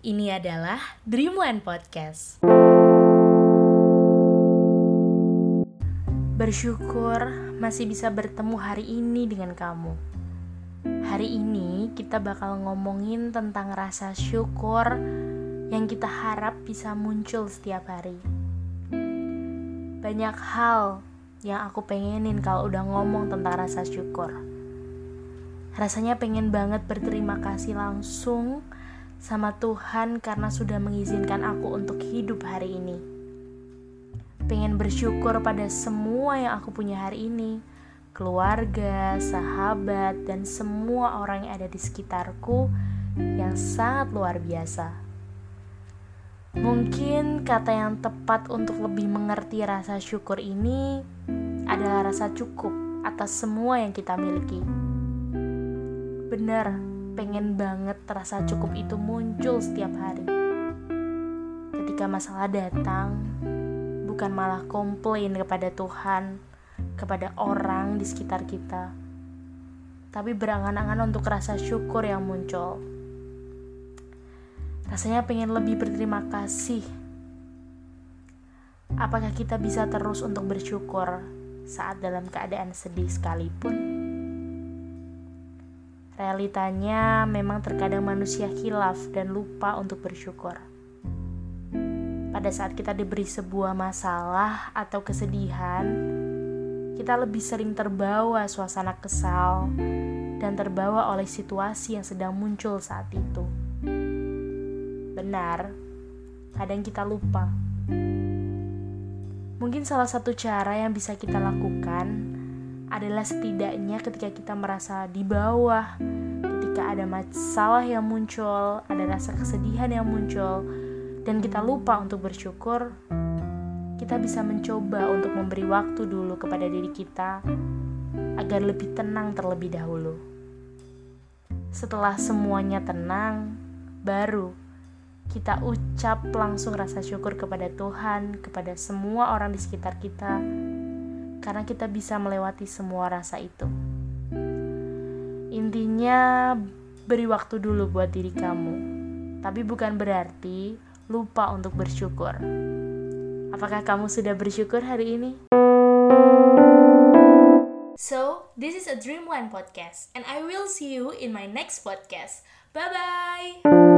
Ini adalah Dream One Podcast. Bersyukur masih bisa bertemu hari ini dengan kamu. Hari ini kita bakal ngomongin tentang rasa syukur yang kita harap bisa muncul setiap hari. Banyak hal yang aku pengenin kalau udah ngomong tentang rasa syukur. Rasanya pengen banget berterima kasih langsung sama Tuhan karena sudah mengizinkan aku untuk hidup hari ini. Pengen bersyukur pada semua yang aku punya hari ini, keluarga, sahabat, dan semua orang yang ada di sekitarku yang sangat luar biasa. Mungkin kata yang tepat untuk lebih mengerti rasa syukur ini adalah rasa cukup atas semua yang kita miliki. Benar, pengen banget rasa cukup itu muncul setiap hari. Ketika masalah datang, bukan malah komplain kepada Tuhan, kepada orang di sekitar kita, tapi berangan-angan untuk rasa syukur yang muncul. Rasanya pengen lebih berterima kasih. Apakah kita bisa terus untuk bersyukur saat dalam keadaan sedih sekalipun? Realitanya memang terkadang manusia khilaf dan lupa untuk bersyukur. Pada saat kita diberi sebuah masalah atau kesedihan, kita lebih sering terbawa suasana kesal dan terbawa oleh situasi yang sedang muncul saat itu. Benar, kadang kita lupa. Mungkin salah satu cara yang bisa kita lakukan adalah setidaknya ketika kita merasa di bawah, ketika ada masalah yang muncul, ada rasa kesedihan yang muncul, dan kita lupa untuk bersyukur, kita bisa mencoba untuk memberi waktu dulu kepada diri kita agar lebih tenang terlebih dahulu. Setelah semuanya tenang, baru kita ucap langsung rasa syukur kepada Tuhan, kepada semua orang di sekitar kita, karena kita bisa melewati semua rasa itu. Intinya, beri waktu dulu buat diri kamu, tapi bukan berarti lupa untuk bersyukur. Apakah kamu sudah bersyukur hari ini? So, this is a Dream One podcast, and I will see you in my next podcast. Bye-bye!